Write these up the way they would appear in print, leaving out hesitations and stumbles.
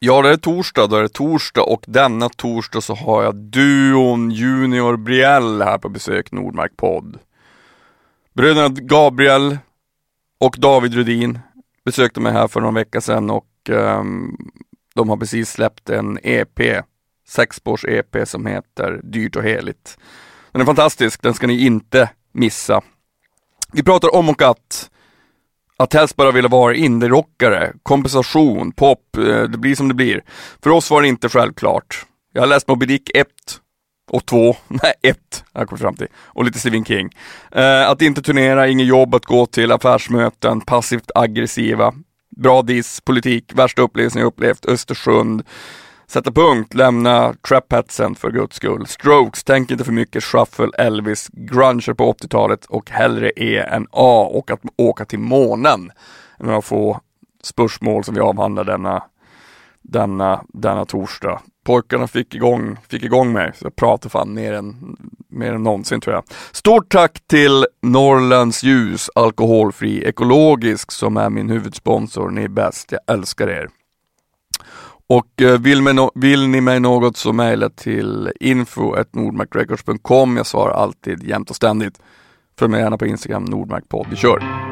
Ja, det är torsdag och denna torsdag så har jag duon Junior Brielle här på besök Nordmark podd. Bröderna Gabriel och David Rudin besökte mig här för någon vecka sedan och de har precis släppt en EP, 6-spårs EP som heter Dyrt och heligt. Den är fantastisk, den ska ni inte missa. Vi pratar om och att helst bara ville vara indie-rockare, kompensation, pop, det blir som det blir. För oss var det inte självklart. Jag har läst Moby Dick 1 och 2, nej 1 jag kom fram till, och lite Stephen King. Att inte turnera, inget jobb att gå till, affärsmöten, passivt aggressiva, bra diss, politik, värsta upplevelsen jag upplevt, Östersund. Sätta punkt, lämna trap-hatsen för guds skull. Strokes, tänk inte för mycket, Shuffle, Elvis, grunge på 80-talet och hellre E än A och att åka till månen. Några få spörsmål som vi avhandlar denna torsdag. Pojkarna fick igång mig, så jag pratar fan mer än någonsin tror jag. Stort tack till Norrlands Ljus, alkoholfri, ekologisk som är min huvudsponsor. Ni är bäst, jag älskar er. Och vill ni mig något så mejla till info@nordmarkrecords.com. Jag svarar alltid jämt och ständigt. Följ mig gärna på Instagram, Nordmarkpodd. Vi kör!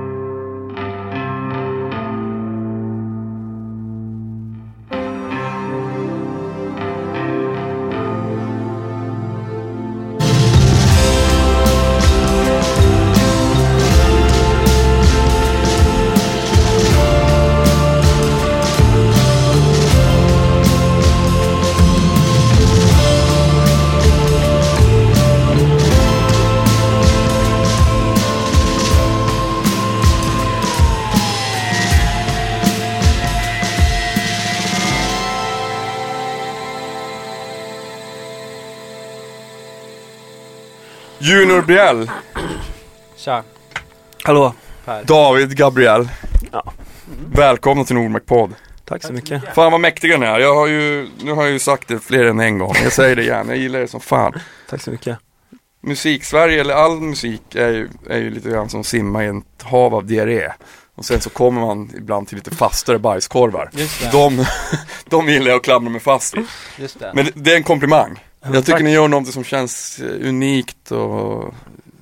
Junior Brielle. Tja. Hallå. Per. David Gabriel. Ja. Välkomna till Nordmark podd. Tack så mycket. Fan vad mäktiga ni är. Nu har jag ju sagt det fler än en gång. Jag säger det igen, jag gillar det som fan. Tack så mycket. Musik-Sverige, eller all musik är ju lite grann som simma i ett hav av diarré. Och sen så kommer man ibland till lite fastare bajskorvar. Just det. De gillar jag att klamra mig fast vid. Just det. Men det är en komplimang. Jag tycker tack. ni gör något som känns unikt och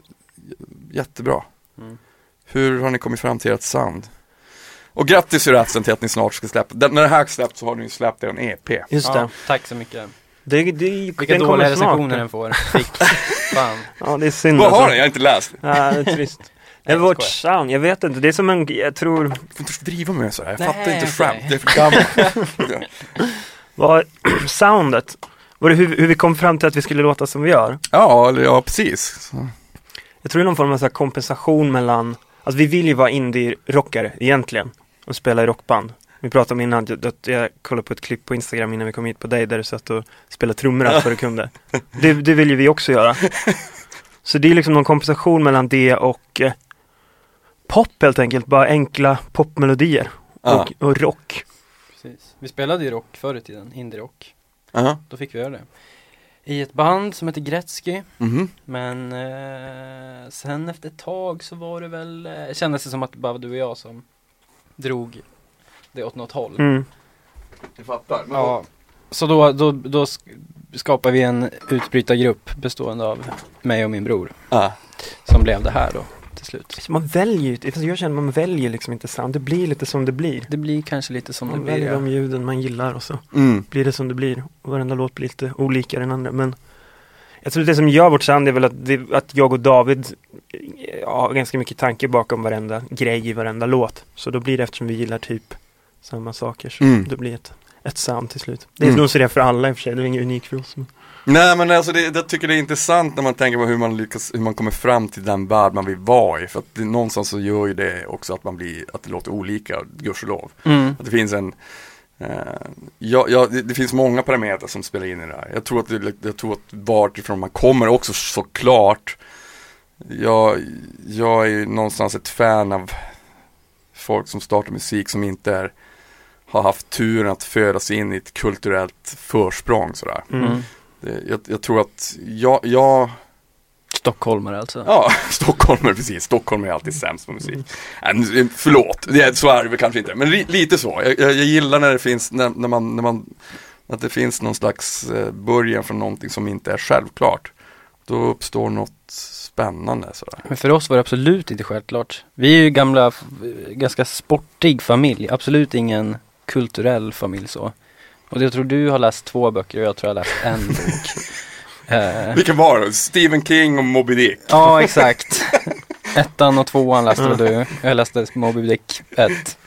jättebra. Hur har ni kommit fram till ert sound? Och grattis i rättsen till att ni snart ska släppa. När det här släppt så har ni ju släppt er en EP. Just det. Ja, tack så mycket. Den Vilka dåliga kommer recensioner snart. den får. Fan. Ja, det är synd. Vad har ni? Jag har inte läst. Ja, det är trist. Det är vårt sound, jag vet inte. Det är som en, jag tror... Du får inte driva med så här. Jag Nej, fattar inte okej. skämt. Det är för gammalt. Vad soundet? Var det hur vi kom fram till att vi skulle låta som vi gör? Ja, precis. Så. Jag tror det är någon form av så här kompensation mellan... Alltså vi vill ju vara indie-rockare egentligen. Och spela i rockband. Vi pratade om innan att jag kollade på ett klipp på Instagram innan vi kom hit på dig. Där du satt och spelade trummor allt vad du kunde. Det vill ju vi också göra. Så det är liksom någon kompensation mellan det och pop helt enkelt. Bara enkla popmelodier. Och rock. Precis. Vi spelade ju rock förr i tiden, indie-rock. Uh-huh. Då fick vi göra det. I ett band som heter Gretzky. Mm-hmm. Men sen efter ett tag så var det väl... kändes det som att bara du och jag som drog det åt något håll. Mm. Jag fattar. Men Ja. Så då skapade vi en utbrytargrupp bestående av mig och min bror. Som blev det här då till slut. Så man väljer ju, jag känner man väljer liksom inte sound. Det blir lite som det blir. Det blir kanske lite som Man det blir. väljer Ja. de ljuden man gillar och så Mm. blir det som det blir. Och varenda låt blir lite olika den andra. Men jag tror det som gör vårt sound är väl att jag och David har ganska mycket tanke bakom varenda grej i varenda låt. Så då blir det, eftersom vi gillar typ samma saker, så det blir ett sound till slut. Det är nog så det för alla i och för sig. Det är inget unikt för oss. Men... Nej, men alltså jag tycker det är intressant när man tänker på hur man kommer fram till den värld man vill vara i. För att någonstans så gör ju det också att det låter olika, gudskelov. Att det finns det finns många parametrar som spelar in i det här. Jag tror att vartifrån man kommer också såklart. Jag är ju någonstans ett fan av folk som startar musik som inte har haft turen att födas in i ett kulturellt försprång sådär. Jag tror att jag Stockholmare alltså. Ja, stockholmare precis. Stockholmare är alltid sämst på musik. Förlåt, så är det väl kanske inte. Men lite så. Jag gillar när det finns, när man att det finns någon slags början från någonting som inte är självklart. Då uppstår något spännande sådär. Men för oss var det absolut inte självklart. Vi är ju gamla, ganska sportig familj. Absolut ingen kulturell familj så. Och jag tror du har läst 2 böcker och jag tror jag har läst en bok. Vilken var det? Stephen King och Moby Dick. Ja, exakt. 1:an och 2:an läste du. Jag läste Moby Dick 1.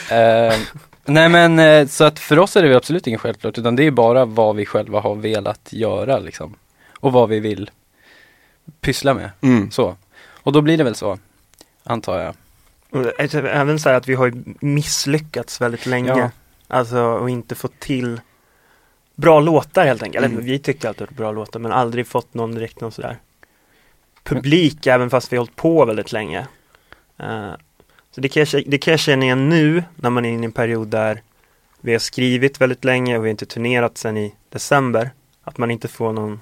Nej men så att för oss är det absolut inget självklart, utan det är bara vad vi själva har velat göra liksom. Och vad vi vill pyssla med. Så. Och då blir det väl så, antar jag. Även så här att vi har misslyckats väldigt länge. Ja. Alltså och inte fått till bra låtar helt enkelt. Eller, vi tycker alltid att det är bra låtar, men aldrig fått någon direkt någon sådär publik, även fast vi har hållit på väldigt länge. Så det kan jag känna igen nu när man är inne i en period där vi har skrivit väldigt länge och vi har inte turnerat sedan i december. Att man inte får någon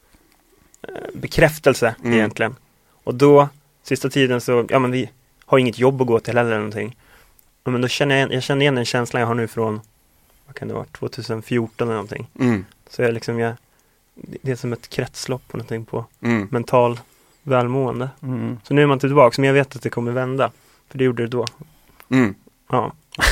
bekräftelse egentligen. Och då, sista tiden så, ja men vi har inget jobb att gå till eller någonting. Men då känner jag känner igen den känslan jag har nu från, vad kan det vara, 2014 eller någonting. Så jag liksom, det är som ett kretslopp på någonting på mental välmående. Så nu är man tillbaka, men jag vet att det kommer vända. För det gjorde det då. Ja.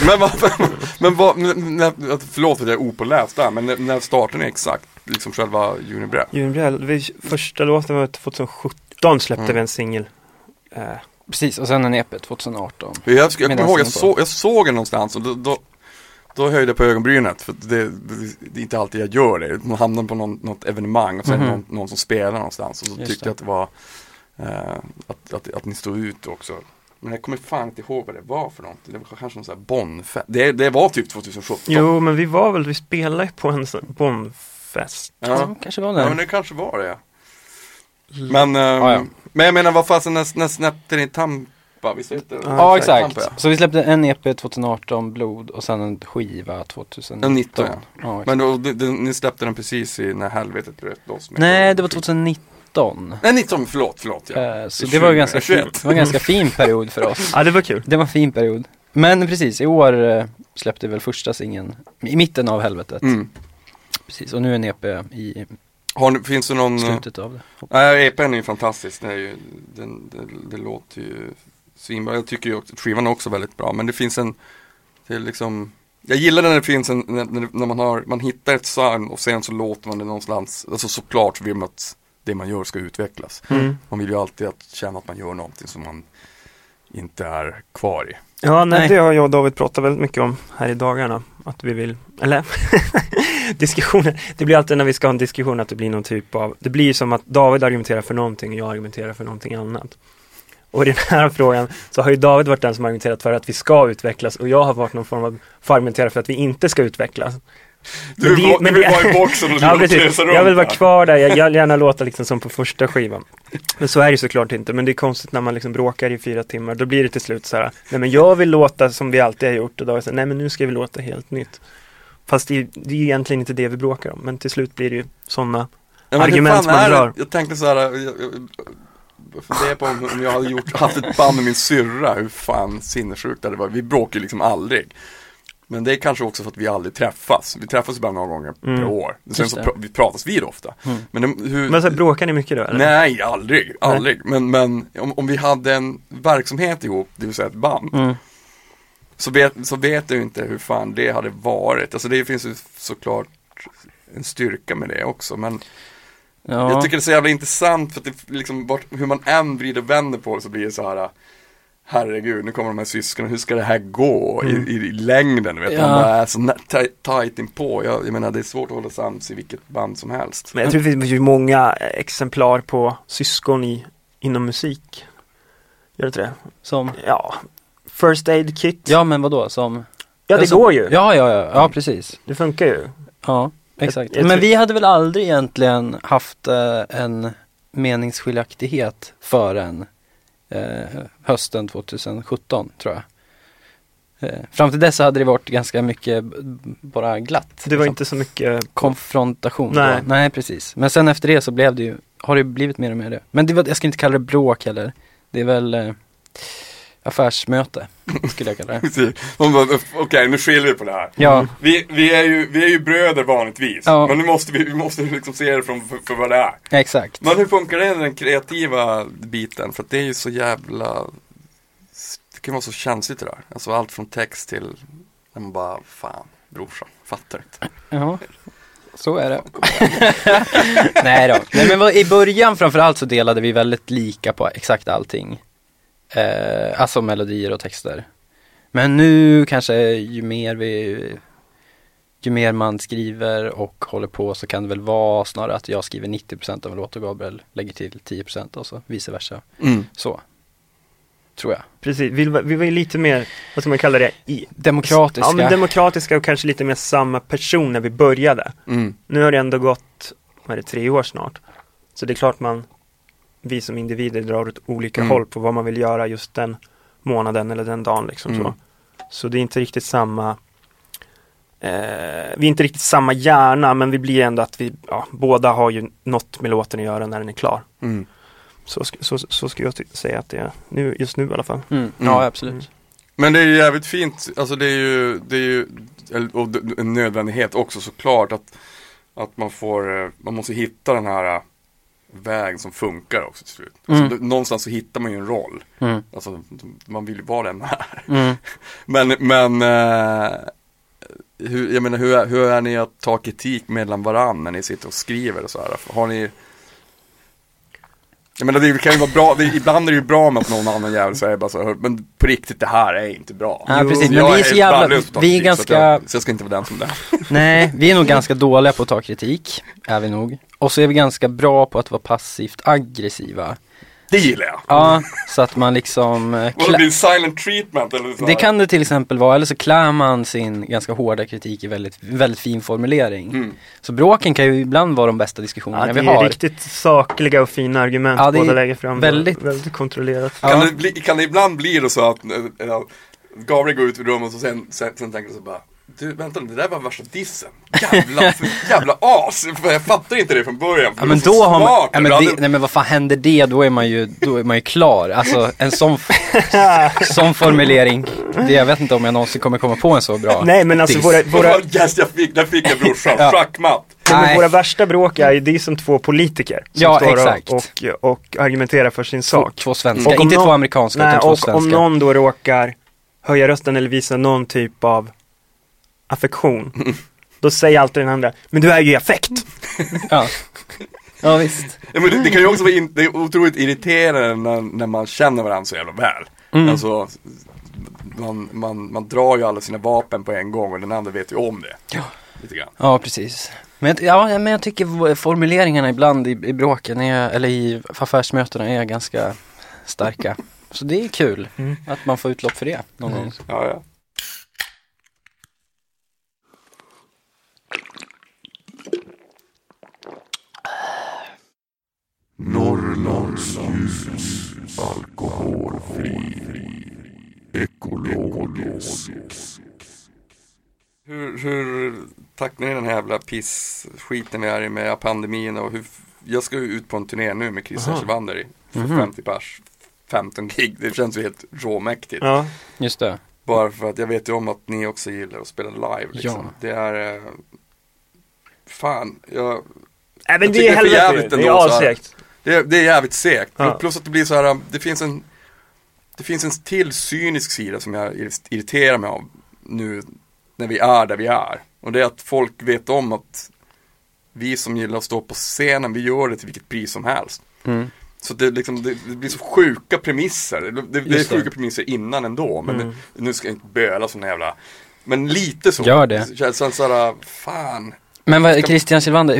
Men förlåt att jag är opåläst där, men när starten är exakt, liksom själva Junibrell? Första låten var 2017 släppte vi en singel. Precis, och sen en EP 2018. Jag kommer ihåg, jag såg den någonstans och då höjde jag på ögonbrynet, för det är inte alltid jag gör det. Man hamnar på något evenemang och sen någon som spelar någonstans, och så tyckte jag att det var att ni stod ut också. Men jag kommer fan inte ihåg vad det var för något. Det var kanske någon sån här Bonnfest. Det var typ 2017. Jo, men vi spelade på en Bonnfest. Ja, kanske var det. Ja, men det kanske var det. Men, men jag menar, vad fasen när släppte ni Tampa? Vi släppte, ja, exakt. Tampa, ja. Så vi släppte en EP 2018, Blod, och sen en skiva 2019. Ja. Men då, ni släppte den precis när helvetet bröt loss. Nej, det var 2019. Nej, 19, förlåt. Ja. Så det var en ganska fin period för oss. Ja, det var kul. Det var en fin period. Men precis, i år släppte vi väl första singeln i mitten av helvetet. Precis, och nu är en EP i finns det någon slutet av det. Nej, EPn är ju fantastisk. Det är ju, det låter ju svinbra. Jag tycker ju att skivan är också väldigt bra, men det finns det är liksom, jag gillar när det finns när man hittar ett sound och sen så låter man det någonstans, alltså såklart vill man att det man gör ska utvecklas. Man vill ju alltid känna att man gör någonting som man inte är kvar i. Ja, nej. Det har jag och David pratat väldigt mycket om här i dagarna. Att vi vill, eller diskussioner. Det blir alltid när vi ska ha en diskussion att det blir någon typ av, det blir som att David argumenterar för någonting och jag argumenterar för någonting annat. Och i den här frågan så har ju David varit den som argumenterat för att vi ska utvecklas, och jag har varit någon form av argumenterar för att vi inte ska utvecklas. Du vill vara i boxen och ja, precis. Jag vill vara kvar där. Jag vill gärna låta liksom som på första skivan. Men så är det såklart inte. Men det är konstigt när man liksom bråkar i 4 timmar. Då blir det till slut så här: nej men jag vill låta som vi alltid har gjort. Och då är det så här, nej men nu ska vi låta helt nytt. Fast det är ju egentligen inte det vi bråkar om. Men till slut blir det ju sådana argument man drar. Jag tänkte så här, det är på om jag hade haft ett band med min syrra, hur fan sinnessjukt det var. Vi bråkar ju liksom aldrig. Men det är kanske också för att vi aldrig träffas. Vi träffas bara några gånger per år. Sen så vi pratas vid ofta. Men så bråkar ni mycket då? Eller? Nej, aldrig. Men om vi hade en verksamhet ihop, det vill säga ett band, så vet jag ju inte hur fan det hade varit. Alltså det finns ju såklart en styrka med det också. Men jag tycker det är så jävla intressant, för att det liksom, hur man än vrider och vänder på det, så blir det så här: herregud, nu kommer de här syskonen, hur ska det här gå i längden? Vet man bara är så tajt inpå. Jag menar, det är svårt att hålla sams i vilket band som helst. Men jag tror det finns ju många exemplar på syskon inom musik. Gör det? Som? Ja, First Aid Kit. Ja, men vadå? Som? Ja, det går ju. Ja, precis. Det funkar ju. Ja, exakt. Men vi hade väl aldrig egentligen haft en meningsskiljaktighet förrän hösten 2017, tror jag. Fram till dess hade det varit ganska mycket bara glatt. Det var inte så mycket konfrontation. Nej, precis. Men sen efter det så blev det ju har det blivit mer och mer det. Men jag ska inte kalla det bråk heller. Det är väl affärsmöte, skulle jag kalla det. Okej, nu skiljer vi på det här. Ja. Vi är ju bröder vanligtvis. Ja. Men nu måste vi måste liksom se det för vad det är. Ja, exakt. Men hur funkar det den kreativa biten? För att det är ju så jävla... Det kan vara så känsligt det där. Alltså allt från text till... När man bara, fan, brorsan, fattar inte. Ja, så är det. Nej då. Nej, men i början framförallt så delade vi väldigt lika på exakt allting. Alltså melodier och texter. Men nu kanske ju mer man skriver och håller på, så kan det väl vara snarare att jag skriver 90% av en låt och Gabriel lägger till 10% och så vice versa. Så tror jag. Precis, vi var ju lite mer, vad ska man kalla det? Demokratiska. Ja, men demokratiska och kanske lite mer samma person när vi började. Nu har det ändå gått, 3 år snart. Så det är klart vi som individer drar åt olika håll på vad man vill göra just den månaden eller den dagen liksom så det är inte riktigt samma vi är inte riktigt samma hjärna, men vi blir ändå att vi båda har ju något med låten att göra när den är klar. Så ska jag säga att det är just nu i alla fall. Ja, absolut. Men det är ju jävligt fint, alltså det är ju och en nödvändighet också såklart att man måste hitta den här väg som funkar också till slut. Alltså, någonstans så hittar man ju en roll. Alltså man vill ju vara den här. Men hur är ni att ta kritik mellan varann när ni sitter och skriver och så här? Har ni... Jag menar, det kan ju vara bra, ibland är det ju bra med att någon annan jävel säger bara så, men på riktigt, det här är inte bra. Ja, precis, men vi är så jävla, vi är ganska... Så jag ska inte vara den som det. Nej, vi är nog ganska dåliga på att ta kritik, är vi nog. Och så är vi ganska bra på att vara passivt aggressiva. Det gillar jag. Ja, så att man liksom... det blir silent treatment eller så. Det kan det till exempel vara, eller så klär man sin ganska hårda kritik i väldigt, väldigt fin formulering. Så bråken kan ju ibland vara de bästa diskussionerna vi har. Det är riktigt sakliga och fina argument båda lägger fram. Väldigt kontrollerat. Kan det ibland bli då så att Gabriel går ut ur rummet och sen tänker så bara, du, vänta, det där var värsta dissen. Jävla as. Jag fattar inte det från början. Ja, men då har man, nej men vad fan händer det? Då är man ju klar. Alltså en sån formulering. Jag vet inte om jag någonsin kommer komma på en så bra. Nej, men alltså våra där fick jag brorsan. Schackmatt. Men våra värsta bråk är ju det som två politiker som står och argumenterar för sin sak. Två svenska, inte två amerikanska, utan två svenska. Om någon då råkar höja rösten eller visa någon typ av affektion, då säger alltid den andra, men du är ju i affekt. Ja, visst. Ja, men det kan ju också vara det är otroligt irriterande när man känner varandra så jävla väl. Alltså man drar ju alla sina vapen på en gång och den andra vet ju om det. Lite grann. Ja, precis. Men jag tycker formuleringarna ibland i bråken eller i affärsmötena är ganska starka. Så det är kul att man får utlopp för det någon gång. Ja. Norrlands ljus, alkoholfri, ekologisk. Hur tacklar ni den här jävla pissskiten vi är i med pandemin och jag ska ut på en turné nu med Christian Kjellvander för 50 pers, 15 gig. Det känns ju helt råmäktigt. Ja, just det. Bara för att jag vet ju om att ni också gillar att spela live liksom. Ja. Det är fan, men det är jävligt ändå. Det är jävligt segt. Ja. Plus att det blir så här, det finns en till cynisk sida som jag irriterar mig av nu när vi är där vi är. Och det är att folk vet om att vi som gillar att stå på scenen, vi gör det till vilket pris som helst. Så det blir så sjuka premisser. Det är sjuka premisser innan ändå. Men nu ska jag inte böla sån jävla... Men lite så. Gör det. Så fan... Men vad, Christian Kjellvander,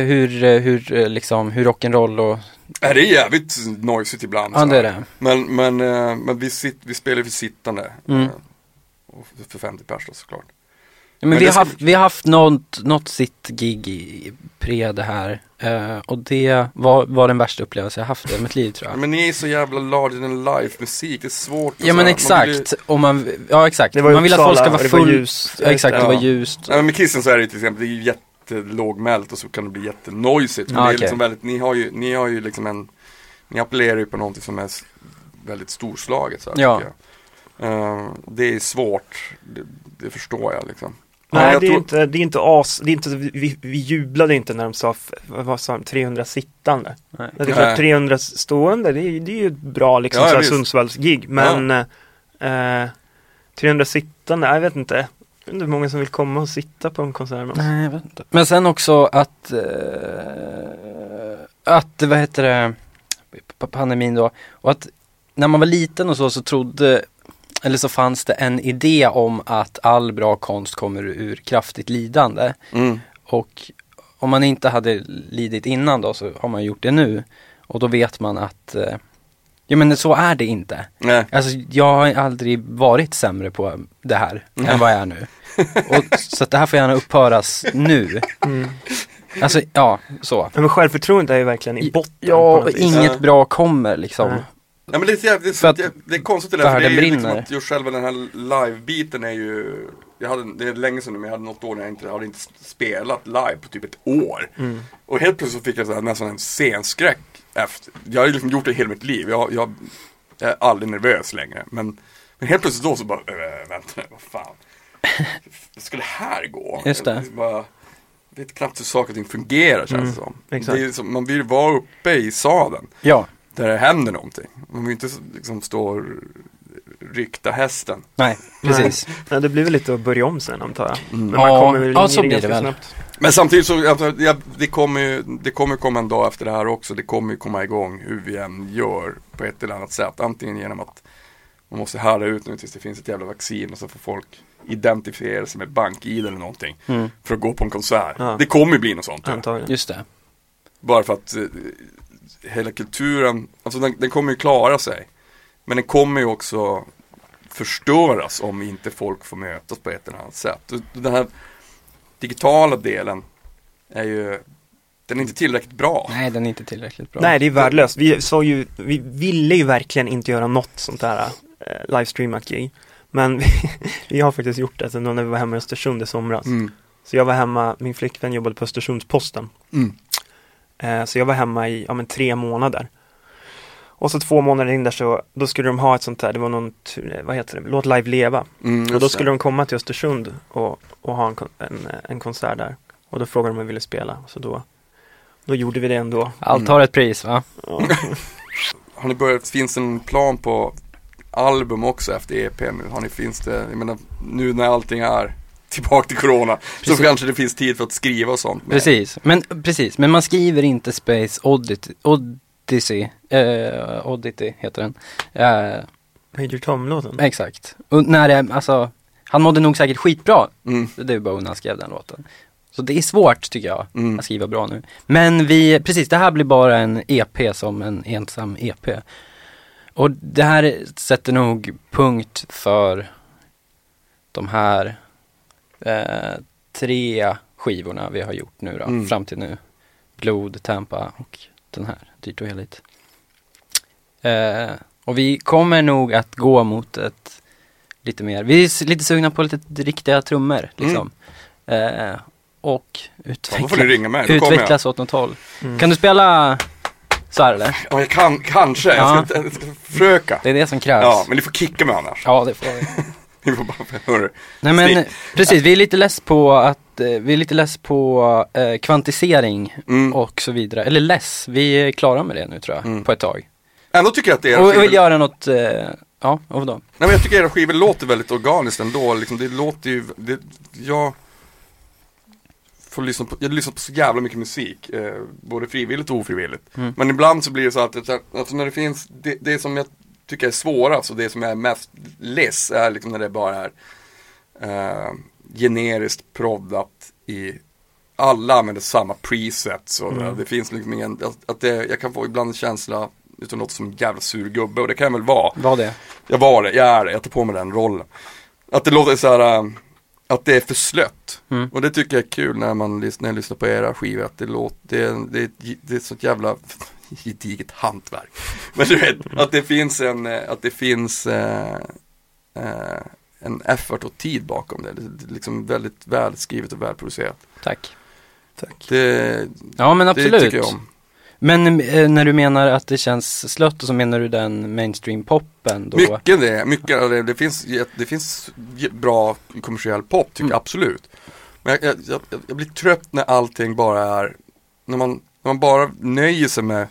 hur rock'n'roll och... Det är jävligt noisigt ibland. Ja, det är det. Men vi spelar för sittande. Och för 50 pers då, såklart. Ja, men vi har haft något sitt gig i det här. Och det var den värsta upplevelsen jag haft i mitt liv, tror jag. Men ni är så jävla larger than life musik. Det är svårt. Ja, men exakt. Exakt. Det var man vill att folk ska vara full. Exakt, det var ljust. Ja, men med Kissen så är det till exempel, det är jättelågmält och så kan det bli jättenoisigt. Men Ja, det är okej. liksom väldigt, ni har ju liksom ni appellerar ju på någonting som är väldigt storslaget så här, Ja. tycker jag. Det är svårt, det förstår jag liksom. Nej, jag det är tror- inte, vi jublade inte när de sa, vad sa de, 300 sittande. Nej. Det är Nej. klart 300 stående, det är ju ett bra liksom, Ja, så här visst. Sundsvalls-gig. Men 300 sittande, jag vet inte hur många som vill komma och sitta på en konsert med oss. Nej, jag vet inte. Men sen också att vad heter det, pandemin då, och att när man var liten och så trodde, eller så fanns det en idé om att all bra konst kommer ur kraftigt lidande. Mm. Och om man inte hade lidit innan då, så har man gjort det nu. Och då vet man att ja, men så är det inte. Nej. Alltså jag har aldrig varit sämre på det här än vad jag är nu. Och, så att det här får gärna upphöras nu. Alltså ja, så. Men självförtroendet är ju verkligen i botten. på Ja, något och vis. inget Ja. bra kommer liksom. Nej. Ja, men det För att är konstigt det där, för det är världen ju liksom brinner. att just själva den här live-biten är ju, det är länge sedan nu, men jag hade något år när jag hade inte spelat live på typ ett år. Och helt plötsligt så fick jag så här, nästan en scenskräck efter. Jag har ju liksom gjort det hela mitt liv, jag är aldrig nervös längre, men helt plötsligt då så bara, vänta nu, vad fan. Hur ska det här gå? Just det. Jag vet knappt hur saker och ting fungerar, känns det som. exakt. Det är som. Man vill vara uppe i sadeln Ja, där det händer någonting. Man vill inte liksom stå och rykta hästen. nej, precis. Nej, det blir väl lite att börja om sen antar jag. Men Ja, man kommer väl ja, in i så det blir det ganska väl. snabbt. Men samtidigt så, alltså, det kommer komma en dag efter det här också. Det kommer ju komma igång hur vi än gör på ett eller annat sätt. Antingen genom att man måste härda ut nu tills det finns ett jävla vaccin och så får folk identifiera sig med bank-id eller någonting för att gå på en konsert. Ja. Det kommer ju bli något sånt. Antagligen. Just det. Bara för att hela kulturen, alltså den kommer ju klara sig. Men den kommer ju också förstöras om inte folk får mötas på ett eller annat sätt. Och den här digitala delen är ju, den är inte tillräckligt bra. Nej, den är inte tillräckligt bra. Nej, det är värdelöst. Vi ville ju verkligen inte göra något sånt här livestreamat gig. Men vi har faktiskt gjort det sen då när vi var hemma i Östersund i somras. Så jag var hemma, min flickvän jobbade på Östersundsposten. Så jag var hemma i 3 månader. Och så 2 månader in där så, då skulle de ha ett sånt här, det var någon, vad heter det, Låt Live Leva. Och då skulle de komma till Östersund och ha en konsert där. Och då frågade de om vi ville spela. Så då gjorde vi det ändå. Allt har ett pris, va? Ja. Har ni börjat, finns det en plan på album också efter EP nu? Finns det, jag menar, nu när allting är tillbaka till corona, så kanske det finns tid för att skriva och sånt. Precis, men man skriver inte Space Oddity heter den. Major Tom-låten. Exakt. Och när det, alltså, han mådde nog säkert skitbra. Det är ju bara när han skrev den låten. Så det är svårt tycker jag att skriva bra nu. Men det här blir bara en EP som en ensam EP. Och det här sätter nog punkt för de här 3 skivorna vi har gjort nu då, fram till nu. Blod, Tampa och den här, Dyrt och heligt. Och vi kommer nog att gå mot ett lite mer, vi är lite sugna på lite riktiga trummor liksom. Och då får ni ringa mig, då kommer utvecklas åt något håll. Kan du spela så här eller? Ja, jag kan, kanske, Ja. jag ska försöka. Det är det som krävs. Ja, men ni får kicka mig annars. Ja, det får vi. Ni får bara höra. Nej men precis, vi är lite less på kvantisering och så vidare. Eller vi är klara med det nu tror jag, på ett tag. Ändå tycker jag att det Och är jag vill göra något, ja, och då? Nej, men jag tycker era skivor låter väldigt organiskt ändå. Liksom, det låter ju, jag lyssnar på så jävla mycket musik, både frivilligt och ofrivilligt. Men ibland så blir det så att alltså när det finns, det som jag tycker är svårast och det som jag är mest less är liksom när det bara är generiskt proddat i alla använder samma presets och det finns liksom ingen, jag kan få ibland en känsla utan något som en jävla sur gubbe, och det kan jag väl vara. Var det? Jag är det, jag tar på mig den rollen. Att det låter så här, att det är för slött. Och det tycker jag är kul när jag lyssnar på era skivor, att det är så jävla gediget hantverk. Men du vet, att det finns en effort och tid bakom det. Det är liksom väldigt välskrivet och välproducerat. Tack. Tack. Ja, men Det absolut. tycker jag om. Men när du menar att det känns slött, och så menar du den mainstream-poppen då? Mycket av det. Det finns bra kommersiell pop, tycker jag absolut. Men jag blir trött när allting bara är, när man bara nöjer sig med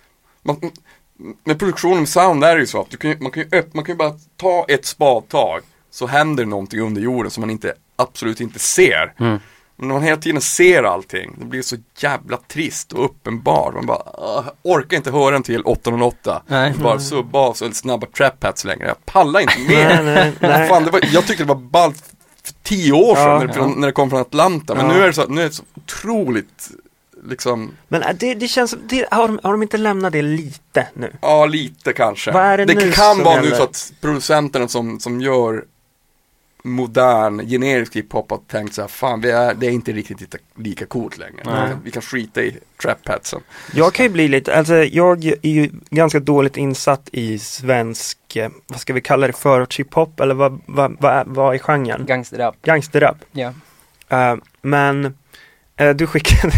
produktionen med sound är det ju så att man kan ju bara ta ett spadtag, så händer någonting under jorden som man absolut inte ser. Men när man hela tiden ser allting, det blir så jävla trist och uppenbart. Man bara orkar inte höra en till 808. Nej. Bara subba av så snabba trap hats längre. Jag pallar inte mer. Nej. Fan, jag tyckte det var ballt för 10 år sedan när det kom från Atlanta. Men nu är det så otroligt liksom. Men det känns, har de inte lämnat det lite nu? Ja, lite kanske. Vad är det nu kan som vara nu gäller? så att producenterna som gör modern, generisk hiphop har tänkt så här, fan det är inte riktigt lika coolt längre. Nej. Vi kan skita i trap-hatsen. Jag kan ju bli lite, alltså jag är ju ganska dåligt insatt i svensk, vad ska vi kalla det, förortshiphop, eller vad är genren? Gangsterrap. Gangsterrap. Ja. Men du skickade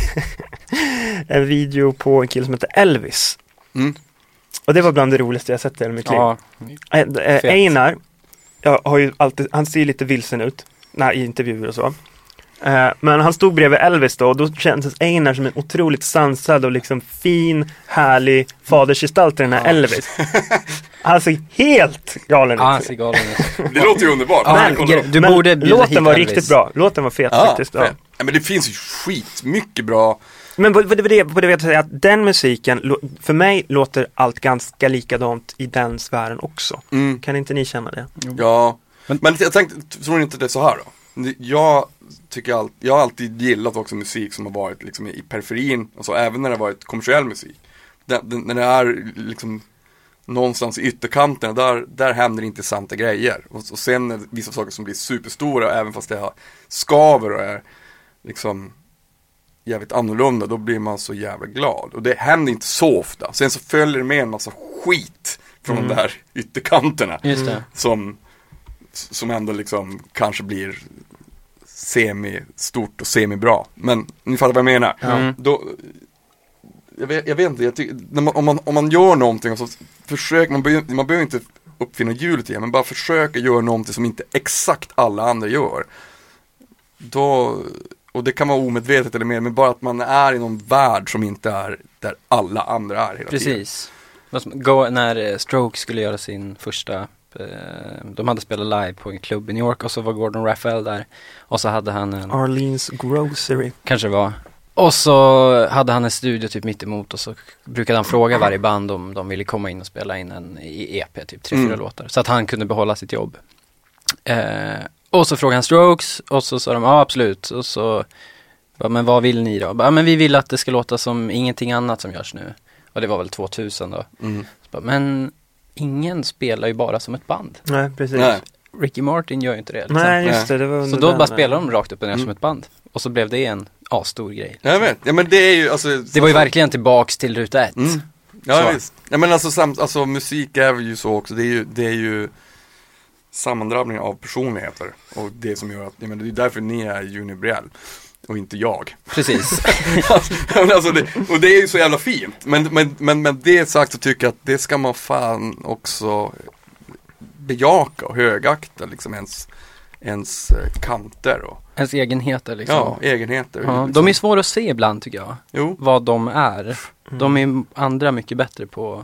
en video på en kille som heter Elvis. Och det var bland det roligaste jag sett i hela mitt liv. Ja. Einar, jag har ju alltid, han ser lite vilsen ut i intervjuer och så. Men han stod bredvid Elvis då, och då kändes Einar som en otroligt sansad och liksom fin, härlig fadersgestalt i den här Elvis. Han ser helt galen ut. Ja, han ser galen ut. Det låter ju underbart. Du borde bjuda hit låten var Elvis. riktigt bra. Låten var fet faktiskt. Ja. Ja, men det finns ju skitmycket bra. Men på det vill jag säga att den musiken, för mig låter allt ganska likadant i den sfären också. Kan inte ni känna det? Ja, men jag tänkte, tror ni inte det är så här då? Jag har alltid gillat också musik som har varit liksom i periferin, alltså även när det har varit kommersiell musik. När det är liksom någonstans i ytterkanterna, där händer intressanta grejer. Och sen är vissa saker som blir superstora, även fast det skaver och är liksom jävligt annorlunda, då blir man så jävla glad. Och det händer inte så ofta. Sen så följer det med en massa skit från de där ytterkanterna. Just det. Som ändå liksom kanske blir semi-stort och semi-bra. Men ni fattar vad jag menar. Då, jag vet inte, jag tycker, om man gör någonting och så försöker man behöver inte uppfinna hjulet igen, men bara försöka göra någonting som inte exakt alla andra gör. Då, och det kan vara omedvetet eller mer, men bara att man är i någon värld som inte är där alla andra är hela tiden. Precis. När Strokes skulle göra sin första, de hade spelat live på en klubb i New York, och så var Gordon Raphael där, och så hade han en Arlene's Grocery. kanske det var. Och så hade han en studio typ mitt emot, och så brukade han fråga varje band om de ville komma in och spela in en EP, typ 3-4 låtar. Så att han kunde behålla sitt jobb. Och så frågade han Strokes, och så sa de ja absolut. Och så, men vad vill ni då? Men vi vill att det ska låta som ingenting annat som görs nu. Och det var väl 2000 då. Så, men ingen spelar ju bara som ett band. Nej, precis. Nej. Ricky Martin gör ju inte det. Liksom. Nej, just det var så då bara spelar de rakt upp och ner som ett band. Och så blev det en stor grej. Liksom. Jag vet, ja men det är ju alltså, det var ju verkligen tillbaks till ruta 1. Ja visst. Ja men alltså musik är ju så också. Det är ju sammandrabbning av personligheter. Och det som gör att, det är därför ni är Junior Brielle och inte jag. Precis. Alltså och det är ju så jävla fint. Men det sagt så tycker jag att det ska man fan också bejaka och högakta liksom ens kanter och ens egenheter liksom. Ja, egenheter. Ja, liksom. de är svåra att se ibland tycker jag. Jo. Vad de är. De är andra mycket bättre på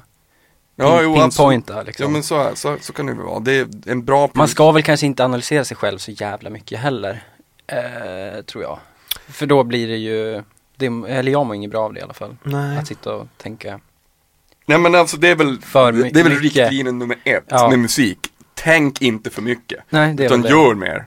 Ja pinpointa liksom. men så kan det ju vara. Det är en bra Man ska väl kanske inte analysera sig själv så jävla mycket heller. Tror jag. För då blir det ju eller jag mår inget bra av det i alla fall. Nej. Att sitta och tänka. Nej men alltså det är väl mycket. riktlinjen nummer 1 med musik. Tänk inte för mycket. Nej, det är utan väl gör mer.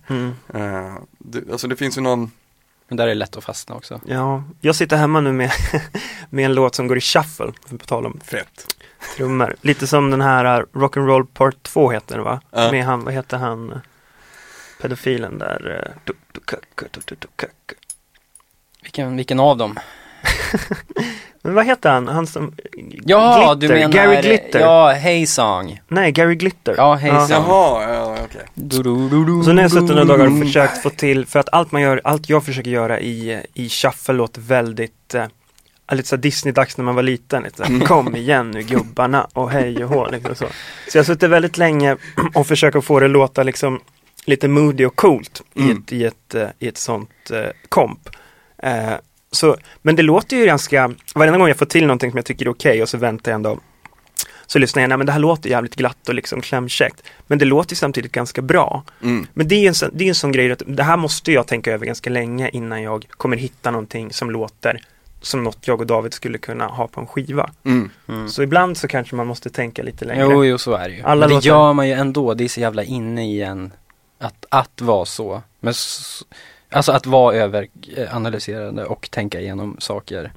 Mm. Det finns ju någon. Men där är det lätt att fastna också. Ja, jag sitter hemma nu med en låt som går i shuffle, på tal om fett trummor. Lite som den här Rock'n'Roll Part 2 heter den va? Med han, vad heter han? Pedofilen där. Vilken Vilken av dem? Men vad heter han? Han som... Ja, Glitter. du menar... Gary Glitter. Ja, Hey Song. Nej, Gary Glitter. Ja, Hey Song. Jaha, ja, okej. Så när jag suttit några dagar och försökt få till, för att allt jag försöker göra i shuffle låter väldigt lite så Disney-dags när man var liten, lite så kom igen nu gubbarna och hej och hå liksom så jag har suttit väldigt länge och försöker få det att låta liksom lite moody och coolt i ett sånt komp. Men det låter ju ganska, varje gång jag får till någonting som jag tycker är okej och så väntar jag ändå, så lyssnar jag, nej men det här låter jävligt glatt och liksom klämkäckt. Men det låter ju samtidigt ganska bra. Men det är en sån grej att det här måste jag tänka över ganska länge innan jag kommer hitta någonting som låter som något jag och David skulle kunna ha på en skiva. Så ibland så kanske man måste tänka lite längre. Jo, så är det ju. Alla men det gör man ju ändå, det är så jävla inne i en att vara så. Men alltså att vara överanalyserande och tänka igenom saker.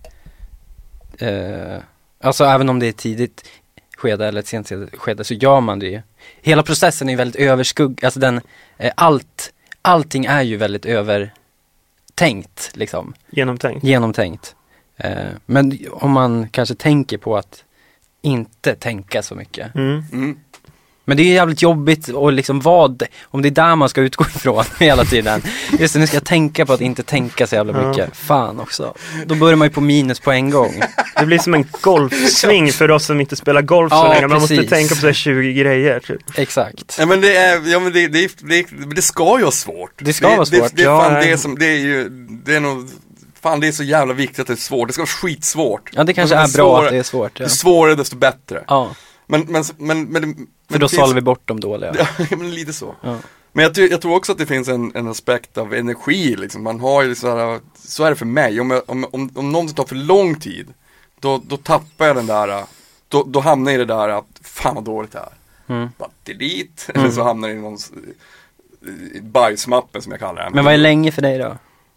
Alltså även om det är tidigt skede eller ett sent skede så gör man det ju. Hela processen är ju väldigt överskugg. Alltså allting är ju väldigt övertänkt liksom. Genomtänkt. Men om man kanske tänker på att inte tänka så mycket. Men det är jävligt jobbigt och liksom om det är där man ska utgå ifrån hela tiden. Just det, nu ska jag tänka på att inte tänka så jävla mycket. Fan också. Då börjar man ju på minus på en gång. Det blir som en golfsving för oss som inte spelar golf så länge. Man måste tänka på så här 20 grejer typ. Exakt. Ja, men det ska ju vara svårt. Det ska vara svårt. Det är nog fan, det är så jävla viktigt att det är svårt. Det ska vara skitsvårt. Ja, det kanske är bra att det är svårt. Ja. Ju svårare desto bättre. Ja. Men för då sållar vi bort de dåliga. Ja, men lite så. Ja. Men jag tror också att det finns en aspekt av energi liksom. Man har ju så är det för mig. Om någonting tar för lång tid, då tappar jag den där, då hamnar jag i det där att fan vad dåligt det är. Bara delete. Eller så hamnar jag i någon bajsmappen som jag kallar det. Men vad är länge för dig då?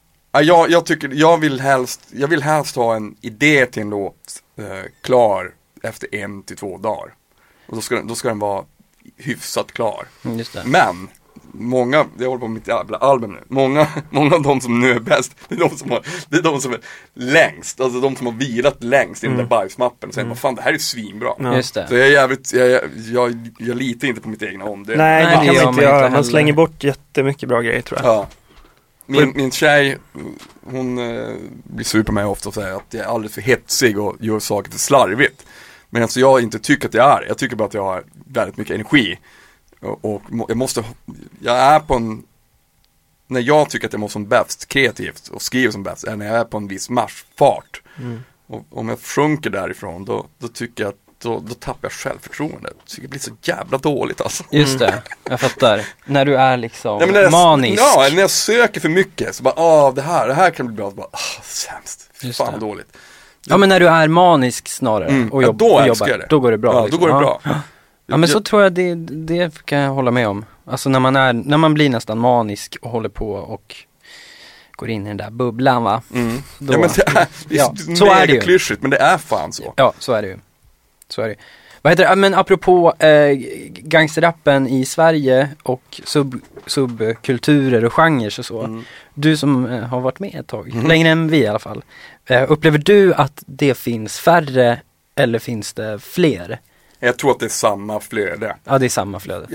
Jag vill helst ha en idé till en låt klar efter 1 till 2 dagar. Och då ska den vara hyfsat klar. Just det. Men många, jag håller på med mitt jävla album nu. Många av de som nu är bäst, det är de som är längst, alltså de som har vilat längst i den där bajsmappen och säger, vad fan, det här är svinbra. Ja. Just det. Så jag är jävligt, jag litar inte på mitt egna omdöme. Nej, det kan man inte göra. Man slänger bort jättemycket bra grejer, tror jag. Ja. Min tjej, hon blir sur på mig ofta och säger att jag är alldeles för hetsig och gör saker för slarvigt. Men alltså jag inte tycker att jag är. Jag tycker bara att jag har väldigt mycket energi. Och jag är på en, när jag tycker att jag måste som bäst kreativt och skriver som bäst, är när jag är på en viss marschfart. Och om jag sjunker därifrån, då tycker jag att då tappar jag självförtroende. Jag tycker det blir så jävla dåligt alltså. Just det, jag fattar. När du är liksom manisk. Ja, när jag söker för mycket så bara, det här kan bli bra. Så bara, sämst. Fan dåligt. Ja, men när du är manisk snarare och jobbar, då går det bra. Ja, då går det bra. Ja, men så tror jag det kan jag hålla med om. Alltså när man blir nästan manisk och håller på och går in i den där bubblan, va? Då, ja, men det är så är det ju. Klyschigt, men det är fan så. Ja, så är det ju. Så är det. Vad heter det? Men apropå gangsterrappen i Sverige och subkulturer och genrer och så. Du som har varit med ett tag, längre än vi i alla fall. Upplever du att det finns färre eller finns det fler? Jag tror att det är samma flöde. Ja, det är samma flöde.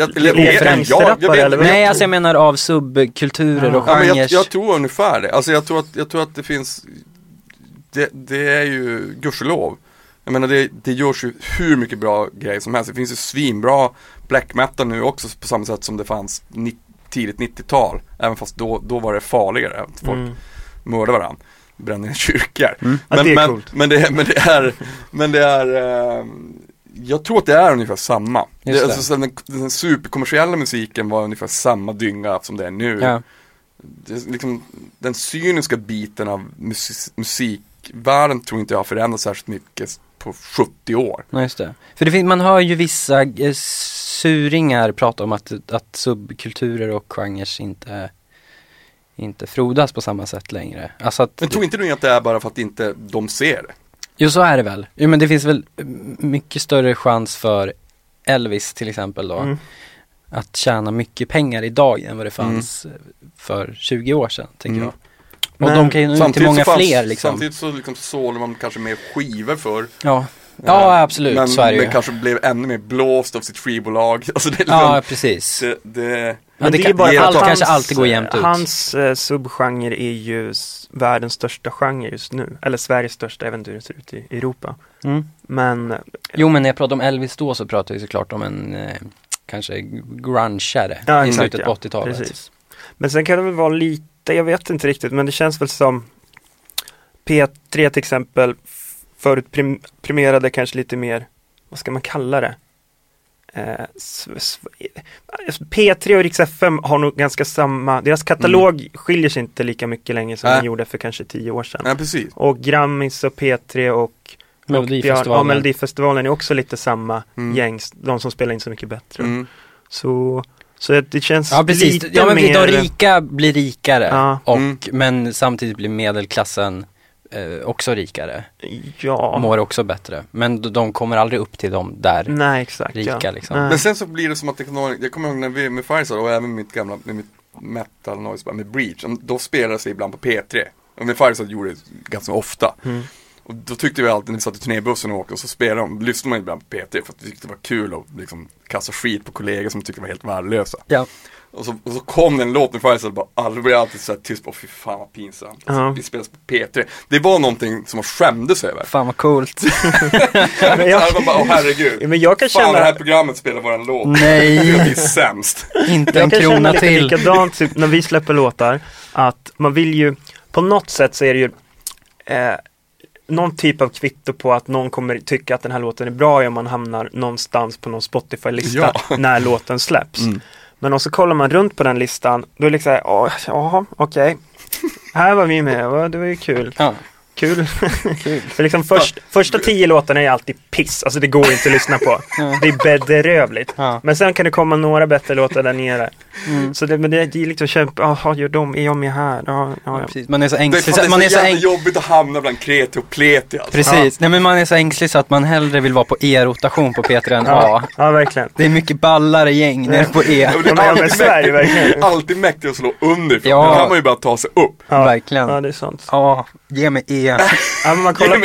Nej, alltså jag menar av subkulturer och genrer. Ja, jag tror ungefär det. Alltså jag tror att det finns, det är ju gudskelov. Jag menar det görs ju hur mycket bra grejer som helst. Det finns ju svinbra black metal nu också på samma sätt som det fanns tidigt 90-tal. Även fast då var det farligare. Folk mördade varandra. Brände kyrkor. Men det är jag tror att det är ungefär samma. Alltså, den superkommersiella musiken var ungefär samma dynga som det är nu. Ja. Det är liksom, den cyniska biten av musikvärlden tror inte jag har förändrats särskilt mycket på 70 år. Ja, just det. För man hör ju vissa suringar prata om att subkulturer och genrer inte frodas på samma sätt längre. Alltså men tror inte du att det är bara för att inte de ser det? Jo, så är det väl. Jo, men det finns väl mycket större chans för Elvis till exempel då att tjäna mycket pengar idag än vad det fanns för 20 år sedan, tänker jag. Och de kan ju nå ut till många fler liksom. Samtidigt så liksom sålde man kanske mer skivor för. Ja. Ja, absolut, men, så är det ju. Men kanske blev ännu mer blåst av sitt skivbolag. Alltså det är ja, precis. Men det kan, bara allt kanske alltid går jämnt ut. Hans subgenre är ju världens största genre just nu. Eller Sveriges största, även hur det ser ut i Europa. Men... Jo, men när jag pratar om Elvis då så pratar vi såklart om en kanske grungeare i slutet på 80-talet. Precis. Men sen kan det väl vara lite, jag vet inte riktigt, men det känns väl som P3 till exempel förut premierade kanske lite mer, vad ska man kalla det? P3 och Rix FM har nog ganska samma, deras katalog skiljer sig inte lika mycket längre som den gjorde för kanske 10 år sedan. Ja, precis. Och Grammis och P3 och Melodifestivalen är också lite samma gäng, de som spelar in så mycket bättre. Så det känns lite ja, men mer... De rika blir rikare men samtidigt blir medelklassen också rikare. Ja. Mår också bättre. Men de kommer aldrig upp till dem där. Nej, exakt. Rika liksom. Men sen så blir det som att jag kommer ihåg när vi med Fireside och även mitt gamla med mitt metal noise med Breach, då spelade sig ibland på P3. Och med Fireside gjorde det ganska ofta. Och då tyckte vi alltid när vi satt i turnébussen och åkte och så lyssnade man ibland på P3 för att vi tyckte det var kul att liksom kasta skit på kollegor som tyckte det var helt värdelösa. Ja. Och så kom en låt med Fireside och bara, alla blev alltid så här tyst på, fy fan vad pinsamt. Alltså, vi spelas på P3. Det var någonting som man skämdes över. Fan vad coolt. Men jag bara, herregud. Men jag kan fan, känna... det här programmet spelar våran låt. Nej. Det är sämst. Inte en krona till. Jag kan känna likadant typ, när vi släpper låtar, att man vill ju, på något sätt så är det ju någon typ av kvitto på att någon kommer tycka att den här låten är bra om man hamnar någonstans på någon Spotify-lista när låten släpps. Men om så kollar man runt på den listan, då är det liksom jaha, okej. Här var vi med, det var ju kul. Ja. Kul. För liksom första 10 låtarna är alltid piss. Alltså det går inte att lyssna på. Det är bedrövligt. Men sen kan det komma några bättre låtar där nere. Så det är lite att köpa, är jag med här? Ja. Precis. Man är så ängslig. Det är så jobbigt att hamna bland kreti och pleti. Alltså. Precis. Nej, men man är så ängslig så att man hellre vill vara på E-rotation på P3 än A. Ja, verkligen. Det är mycket ballare gäng nere på E. Det är alltid mäktigt att slå underifrån. Då kan man ju bara ta sig upp. Ja, verkligen. Ja, det är sant. Ja, ge mig E. Ja, men man kollar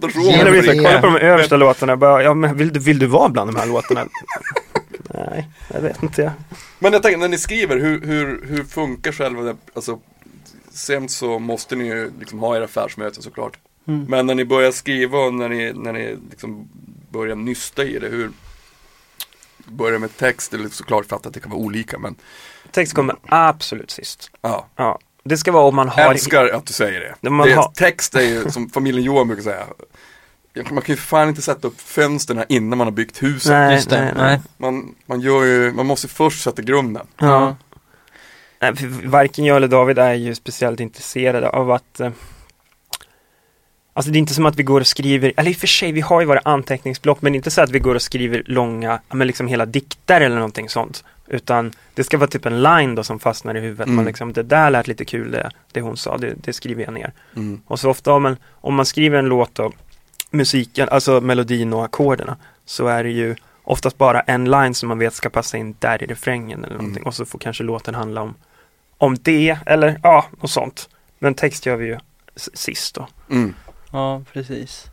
på de översta låtarna bara, men vill du vara bland de här låtarna? Nej, jag vet inte. Men jag tänker, när ni skriver, hur funkar själva det? Alltså, sen så måste ni ju liksom ha era affärsmöten såklart. Men när ni börjar skriva och när ni liksom börjar nysta i det, hur börjar med text, eller såklart för att det kan vara olika, men text kommer absolut sist. Ja. Det ska vara om man har... Jag älskar att du säger det. Text är ju, som familjen Johan brukar säga, man kan ju fan inte sätta upp fönsterna innan man har byggt huset. Nej. Man måste först sätta grunden. Ja. Nej, varken jag eller David är ju speciellt intresserade av att... Alltså det är inte som att vi går och skriver, eller i och för sig vi har ju våra anteckningsblock, men inte så att vi går och skriver långa, men liksom hela dikter eller någonting sånt. Utan det ska vara typ en line då som fastnar i huvudet. Man liksom, det där lät lite kul det hon sa, det skriver jag ner. Och så ofta om man skriver en låt och musiken, alltså melodin och ackorderna, så är det ju oftast bara en line som man vet ska passa in där i refrängen eller någonting. Och så får kanske låten handla om det, eller och sånt. Men text gör vi ju sist då. Ja, precis.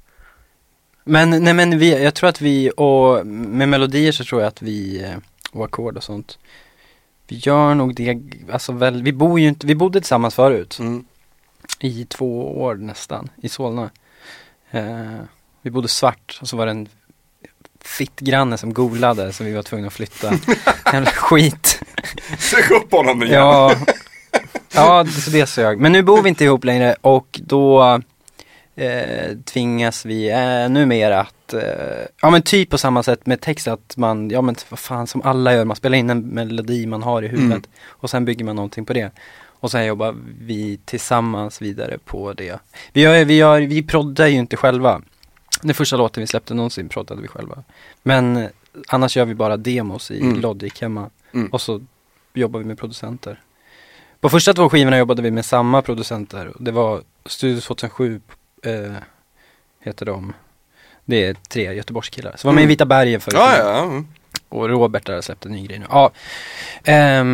Men jag tror att vi, och med melodier så tror jag att vi, och ackord och sånt, vi gör nog det, alltså väl, vi bodde tillsammans förut. I 2 år nästan, i Solna. Vi bodde svart, och så var det en fittgranne som golade, så vi var tvungna att flytta. Jävla skit. Sök upp honom igen. Ja, så det sög. Men nu bor vi inte ihop längre, och då tvingas vi ännu mer att men typ på samma sätt med text, att man, men vad fan, som alla gör, man spelar in en melodi man har i huvudet och sen bygger man någonting på det, och sen jobbar vi tillsammans vidare på det. Vi proddar ju inte själva. Den första låten vi släppte någonsin proddade vi själva, men annars gör vi bara demos i Logic hemma, och så jobbar vi med producenter. På första 2 skivorna jobbade vi med samma producenter. Det var Studio 2007 heter de. Det är 3 Göteborgskillar. Så var med i Vita bergen förut. Ja. Och Robert där släppte en ny grej nu. Ja.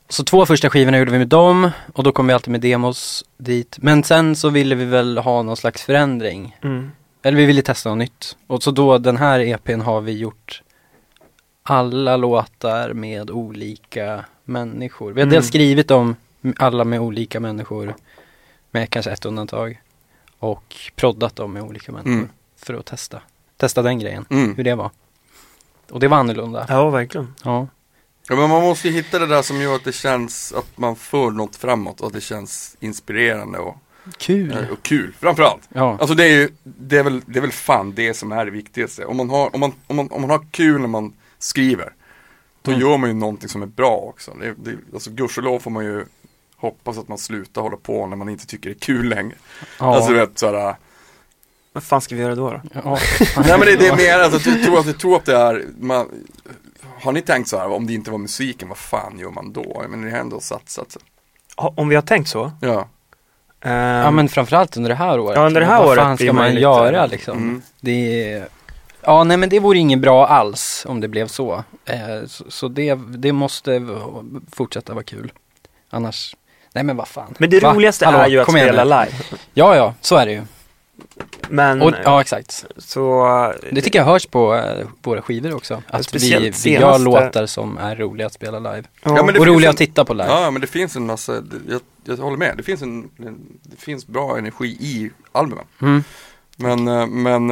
Så 2 första skivorna gjorde vi med dem och då kom vi alltid med demos dit. Men sen så ville vi väl ha någon slags förändring. Eller vi ville testa något nytt. Och så då den här EPn har vi gjort alla låtar med olika människor. Vi har dels skrivit om alla med olika människor med kanske ett undantag. Och proddat dem med olika människor för att testa den grejen. Hur det var. Och det var annorlunda. Ja, verkligen. Ja. Ja, men man måste ju hitta det där som gör att det känns att man för något framåt och att det känns inspirerande och kul framförallt. Ja. Alltså det är väl fan det som är det viktigaste. Om man har kul när man skriver, då gör man ju någonting som är bra också. Alltså gudskelov får man ju hoppas att man slutar hålla på när man inte tycker det är kul längre. Ja. Alltså du vet såhär. Vad fan ska vi göra då? Ja. Nej men det är mer alltså, jag tror att det är har ni tänkt så här, om det inte var musiken, vad fan gör man då? Men det har ändå satsat. Om vi har tänkt så? Ja. Ja men framförallt under det här året. Ja, under det här vad året fan ska blir man lite, göra liksom? Det är... Ja nej men det vore inget bra alls om det blev så. Så det måste fortsätta vara kul. Annars, nej men vad fan. Men det roligaste är ju att spela live. Ja, så är det ju. Men, och, ja exakt. Så, det tycker jag hörs på våra skivor också. Att vi gör låtar som är roliga att spela live. Ja, men och roliga att titta på live. Ja men det finns en massa, jag håller med. Det finns bra energi i albumen. Men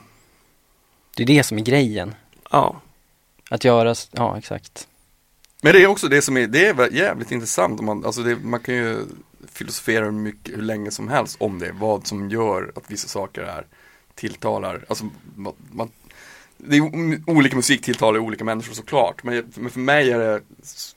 det är det som är grejen. Ja. Att göra, ja exakt. Men det är också det som det är jävligt intressant. Man kan ju filosofera hur länge som helst om det. Vad som gör att vissa saker är tilltalar. Alltså, det är olika musik tilltalar olika människor såklart. Men för mig är det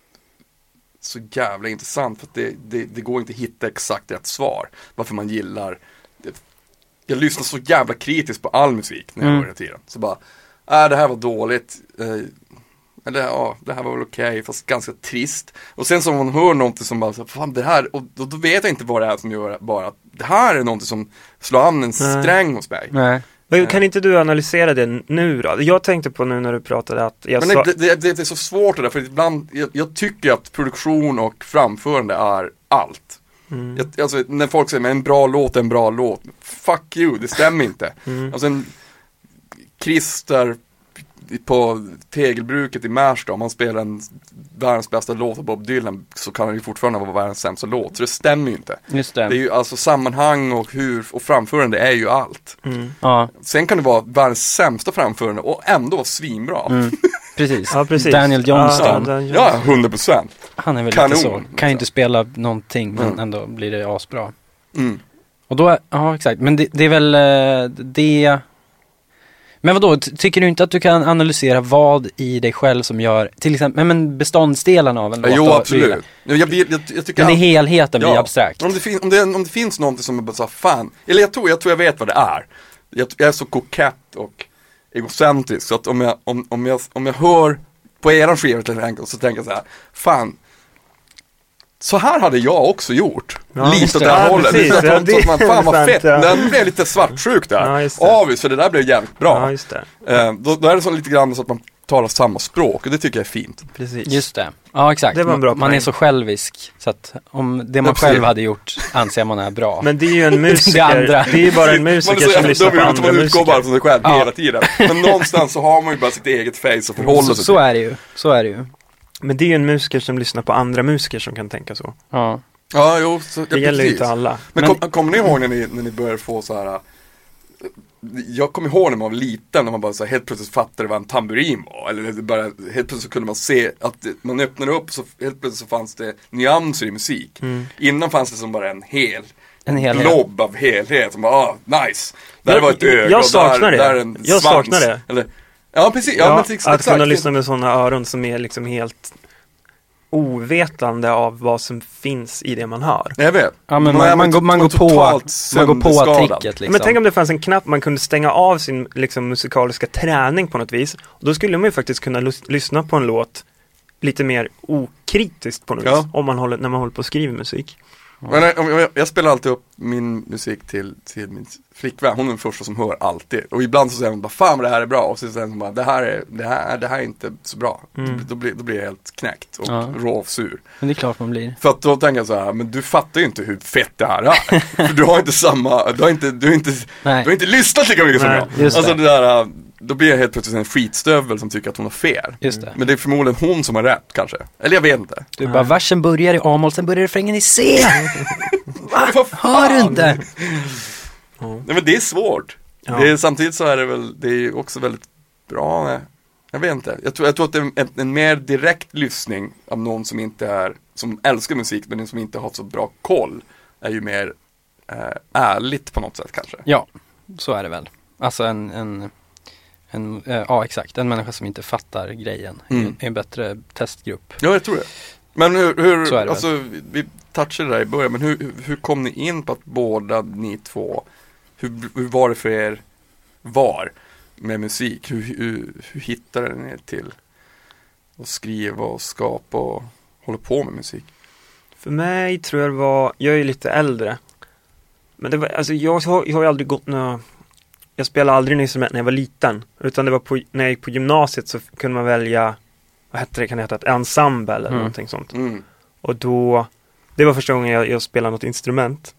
så jävla intressant. För att det går inte att hitta exakt rätt svar. Varför man gillar det. Jag lyssnar så jävla kritiskt på all musik när jag började tiden. Så bara, det här var dåligt. Eller ja, det här var väl okej, fast ganska trist. Och sen så man hör någonting som bara, fan det här, och då vet jag inte vad det är som gör bara att det här är någonting som slår an en sträng hos mig. Nej. Men kan inte du analysera det nu då? Jag tänkte på nu när du pratade att det är så svårt det där, för ibland, jag tycker att produktion och framförande är allt. Alltså när folk säger, men en bra låt är en bra låt. Fuck you, det stämmer inte. Alltså en Christer på Tegelbruket i Märsta, om man spelar en världens bästa låt av Bob Dylan, så kan det ju fortfarande vara världens sämsta låt. Så det stämmer ju inte. Just det. Det är ju alltså sammanhang och framförande är ju allt. Ja. Sen kan det vara världens sämsta framförande och ändå vara svinbra. Precis. Ja, precis. Daniel Johnston. Ja, 100%. Han är väl Kanon, lite så. Kan ju liksom. inte spela någonting, men ändå blir det asbra. Och då, ja exakt. Men det är väl det... Men vadå, tycker du inte att du kan analysera vad i dig själv som gör, till exempel, men beståndsdelarna av en låt? Jo, absolut. Jag tycker men det är helheten blir abstrakt. Om det finns någonting som är bara så här, fan, eller jag tror jag vet vad det är. Jag är så kokett och egocentrisk, så att om jag hör på eran skiva så tänker jag så här, fan, så här hade jag också gjort. Lite åt det här hållet. Precis, så att man, fan vad fett. Den blev lite svartsjuk där. Avvis, för det där blev jävligt bra. Ja, just det. Då är det så lite grann så att man talar samma språk. Och det tycker jag är fint. Precis. Just det. Ja, exakt. Det var en bra man är så självisk. Så att om det man själv hade gjort anser man är bra. Men det är ju en musiker. det är ju bara en musiker som lyssnar på andra musiker. Man utgår bara från sig själv hela tiden. Men någonstans så har man ju bara sitt eget face och förhålla sig till. Så är det ju. Så är det ju. Men det är ju en musiker som lyssnar på andra musiker som kan tänka så. Ja. Ja, jo. Det gäller ju inte alla. Men kommer ni ihåg när ni började få så här... Jag kommer ihåg när man var liten, när man bara så här, helt plötsligt fattade vad en tamburin var. Eller bara, helt plötsligt så kunde man se att man öppnade upp, så helt plötsligt så fanns det nyanser i musik. Innan fanns det som bara en hel glob av helhet. Som bara, nice. Där var ett öga. Jag saknar det. Där en jag svans. Saknar det. Eller, ja, precis. Ja, men exakt. Att kunna lyssna med sådana öron som är liksom helt ovetande av vad som finns i det man hör. Jag vet. Ja, men man går på tricket liksom. Men tänk om det fanns en knapp man kunde stänga av sin liksom musikaliska träning på något vis. Och då skulle man ju faktiskt kunna lyssna på en låt lite mer okritiskt på något vis. När man håller på att skriva musik. Men jag spelar alltid upp min musik till min flickvän. Hon är den första som hör alltid. Och ibland så säger hon bara, fan det här är bra. Och så säger hon bara, det här är inte så bra. Då blir jag helt knäckt och råsur. Men det är klart man blir. För att då tänker jag så här, men du fattar ju inte hur fett det här är. För du har inte samma, du har inte lyssnat lika mycket som jag. Alltså det där, då blir jag helt plötsligt en skitstövel som tycker att hon har fel. Just det. Men det är förmodligen hon som har rätt kanske. Eller jag vet inte. Du bara, versen börjar i A-moll, sen börjar refrängen i C. Va? Hör du inte? Nej men det är svårt. Samtidigt så är det väl, det är också väldigt bra. Jag vet inte. Jag tror att det är en mer direkt lyssning av någon som inte är, som älskar musik men som inte har så bra koll, är ju mer ärligt på något sätt kanske. Ja, så är det väl. Alltså ja exakt, en människa som inte fattar grejen är en bättre testgrupp. Ja, jag tror det. Men hur det alltså vi touchade det där i början, men hur kom ni in på att båda ni två, hur var det för er med musik? Hur hittade ni till att skriva och skapa och hålla på med musik? För mig tror jag det var, jag är lite äldre. Men det var, alltså jag har ju aldrig gått jag spelade aldrig något instrument när jag var liten. Utan det var när jag gick på gymnasiet så kunde man välja, vad hette det, kan det heta ett ensemble eller någonting sånt. Och då, det var första gången jag spelade något instrument.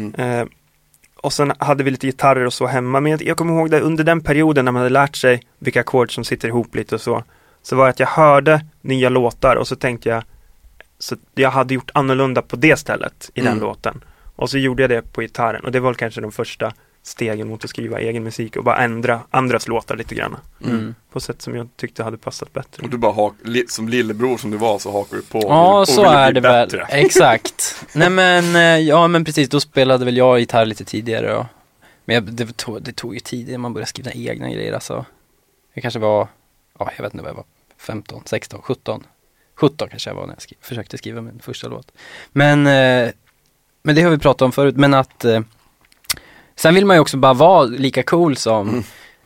Och sen hade vi lite gitarrer och så hemma. Men jag kommer ihåg det under den perioden när man hade lärt sig vilka ackord som sitter ihop lite och så. Så var det att jag hörde nya låtar och så tänkte jag, så jag hade gjort annorlunda på det stället i den låten. Och så gjorde jag det på gitarren. Och det var kanske de första stegen mot att skriva egen musik och bara ändra andras låtar lite grann. På sätt som jag tyckte hade passat bättre. Och du bara som lillebror som du var så hakar du på. Ja, så är det väl. Exakt. Nej men, ja men precis, då spelade väl jag gitarr lite tidigare och, men det tog ju tid innan man började skriva egna grejer alltså. Jag kanske var, ja jag vet inte vad jag var, 15, 16, 17 kanske jag var när jag försökte skriva min första låt. Men det har vi pratat om förut, men att sen vill man ju också bara vara lika cool som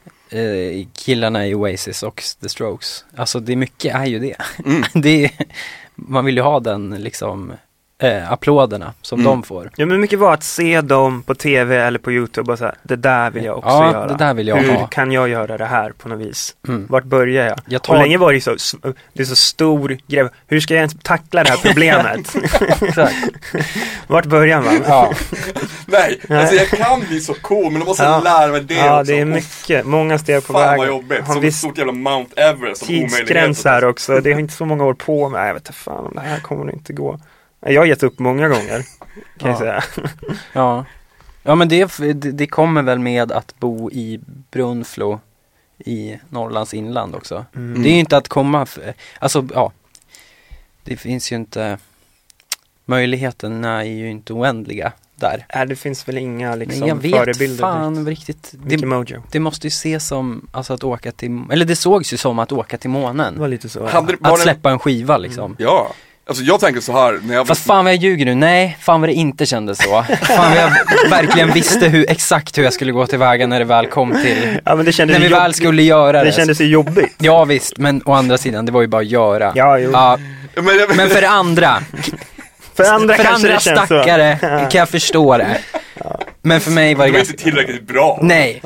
killarna i Oasis och The Strokes. Alltså det mycket är ju det. Man vill ju ha den liksom applåderna som de får. Ja, men mycket var att se dem på tv eller på YouTube och så här, det där vill jag också göra. Det där vill jag Hur ha. kan jag göra det här på något vis? Vart börjar jag? Och länge var det så stor grej. Hur ska jag ens tackla det här problemet? Exakt. Vart börjar man? Ja. Nej, alltså jag kan bli så cool, men då måste jag lära mig det också. Ja, det är mycket. Många steg på vägen. Fan vad jobbigt. Som ett stort jävla Mount Everest. Tidsgräns här också. Det har inte så många år på mig. Jag vet inte fan om det här kommer inte gå. Jag har gett upp många gånger, kan jag säga. Ja, men det kommer väl med att bo i Brunflo i Norrlands inland också. Det är ju inte att komma, alltså ja, det finns ju inte, möjligheterna är ju inte oändliga där. Det finns väl inga liksom jag vet förebilder. Fan riktigt. Det måste ju ses som alltså att åka till, eller det sågs ju som att åka till månen. Det var lite så. Att släppa en skiva liksom. Ja. Alltså jag tänker så här när fast fan vad jag ljuger nu. Nej, fan vad det inte kändes så. Fan vad jag verkligen visste exakt hur jag skulle gå till vägen när det väl kom till. Ja, men det kändes när vi väl skulle göra det. Det kändes ju jobbigt. Ja visst, men å andra sidan det var ju bara att göra. Ja, jo. Men för andra för andra stackare kan jag förstå det. Men för mig var det inte tillräckligt bra. Nej.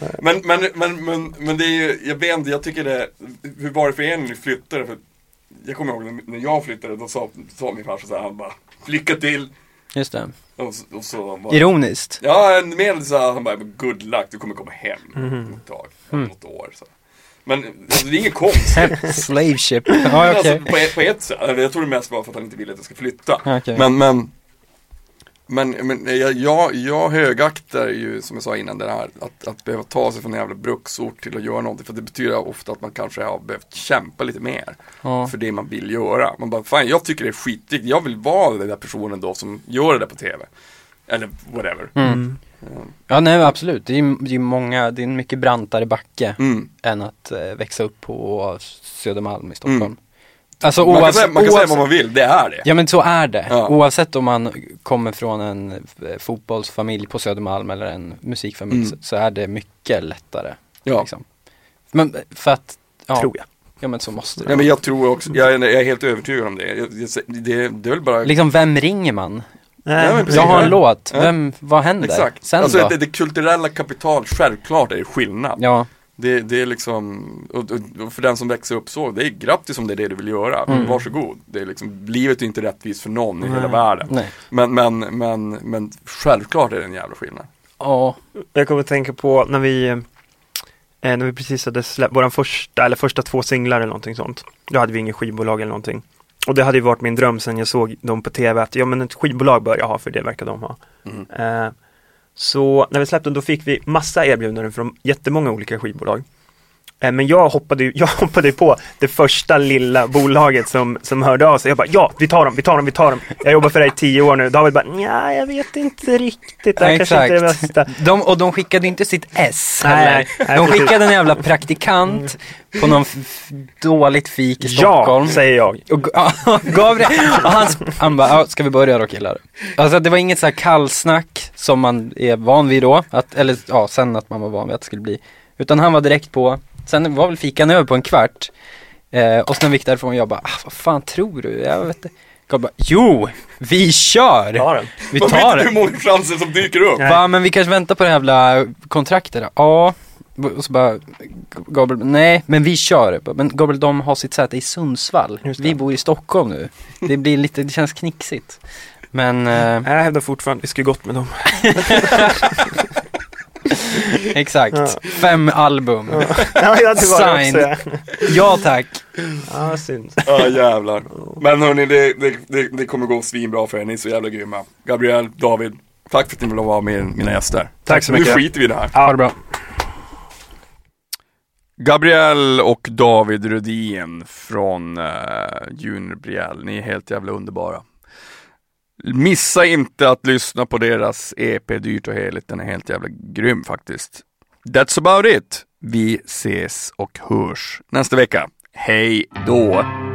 Men det är ju, jag tycker det, hur var det för er när ni flyttade? För jag kommer ihåg när jag flyttade, då sa min farsa så här, han bara, lycka till. Just det. Och så bara, ironiskt. Ja, med så här, han bara, good luck, du kommer komma hem ett tag, något år så. Men alltså, det är inget konstigt. Slave ship. Ja, okay. Alltså, på ett sätt, jag tror det mest var för att han inte ville att jag ska flytta. Okay. Men jag högaktar ju, som jag sa innan, det här att behöva ta sig från en jävla bruksort till att göra någonting. För det betyder ofta att man kanske har behövt kämpa lite mer för det man vill göra. Man bara, fan, jag tycker det är skitviktigt. Jag vill vara den där personen då som gör det där på tv. Eller whatever. Ja, nej, absolut. Det är en mycket brantare backe än att växa upp på Södermalm i Stockholm. Alltså, man kan säga vad man vill, det är det. Ja, men så är det. Ja. Oavsett om man kommer från en fotbollsfamilj på Södermalm eller en musikfamilj så är det mycket lättare. Ja. Liksom. Men för att, tror jag. Ja, men så måste det. Ja, men jag tror också, jag är helt övertygad om det. Det är väl bara... Liksom, vem ringer man? Nej, men precis. Jag har en låt, vad händer? Exakt. Sen alltså då? det kulturella kapital, självklart är det skillnad. Ja, Det är liksom, och för den som växer upp så, det är grattis om det är det du vill göra. Varsågod. Det är liksom, livet är inte rättvist för någon i hela världen. nej. Men självklart är det en jävla skillnad. Ja, Jag kommer att tänka på när vi precis hade släppt våran första 2 singlar eller någonting sånt. Då hade vi ingen skivbolag eller någonting. Och det hade ju varit min dröm sen jag såg dem på tv att ja men ett skivbolag bör jag ha, för det verkar de ha. Så när vi släppte dem, då fick vi massa erbjudanden från jättemånga olika skivbolag. Men jag hoppade på det första lilla bolaget som hörde av sig. Jag bara, ja, vi tar dem. Jag jobbar för dig i 10 år nu. David bara, nej, jag vet inte riktigt. Det kanske inte är det bästa. De skickade inte sitt S. Nej, De skickade en jävla praktikant på någon dåligt fik i Stockholm. Ja, säger jag. Och Gabriel, och han bara, ska vi börja då killar? Alltså det var inget så här kallsnack som man är van vid då. Sen att man var van vid att det skulle bli. Utan han var direkt på. Sen var väl fikan över på en kvart. Och sen gick därifrån och jag bara, vad fan tror du? Jag vet inte. Jag bara, jo, vi kör! Ja, den. Vi Man tar vet det. hur många chanser som dyker upp. Nej. Va, men vi kanske väntar på det här jävla kontraktet då. Ja. Och så bara, Gabriel, nej, men vi kör. Men Gabriel, de har sitt säte i Sundsvall. Vi bor i Stockholm nu. Det känns knixigt. Men... Jag hävdar fortfarande, vi ska gott med dem. Exakt. Ja. 5 album. Ja, det var det Signed. också. Ja, tack. Ja, synd. Ja, jävlar. Men hörni, det kommer gå svinbra för er. Ni är så jävla grymma. Gabriel, David, tack för att ni ville vara med mina gäster. Tack så Nu mycket. skiter vi i det här. Ha det bra. Gabriel och David Rödin från Junior Brielle. Ni är helt jävla underbara. Missa inte att lyssna på deras EP Dyrt och heligt. Den är helt jävla grym faktiskt. That's about it. Vi ses och hörs nästa vecka. Hej då!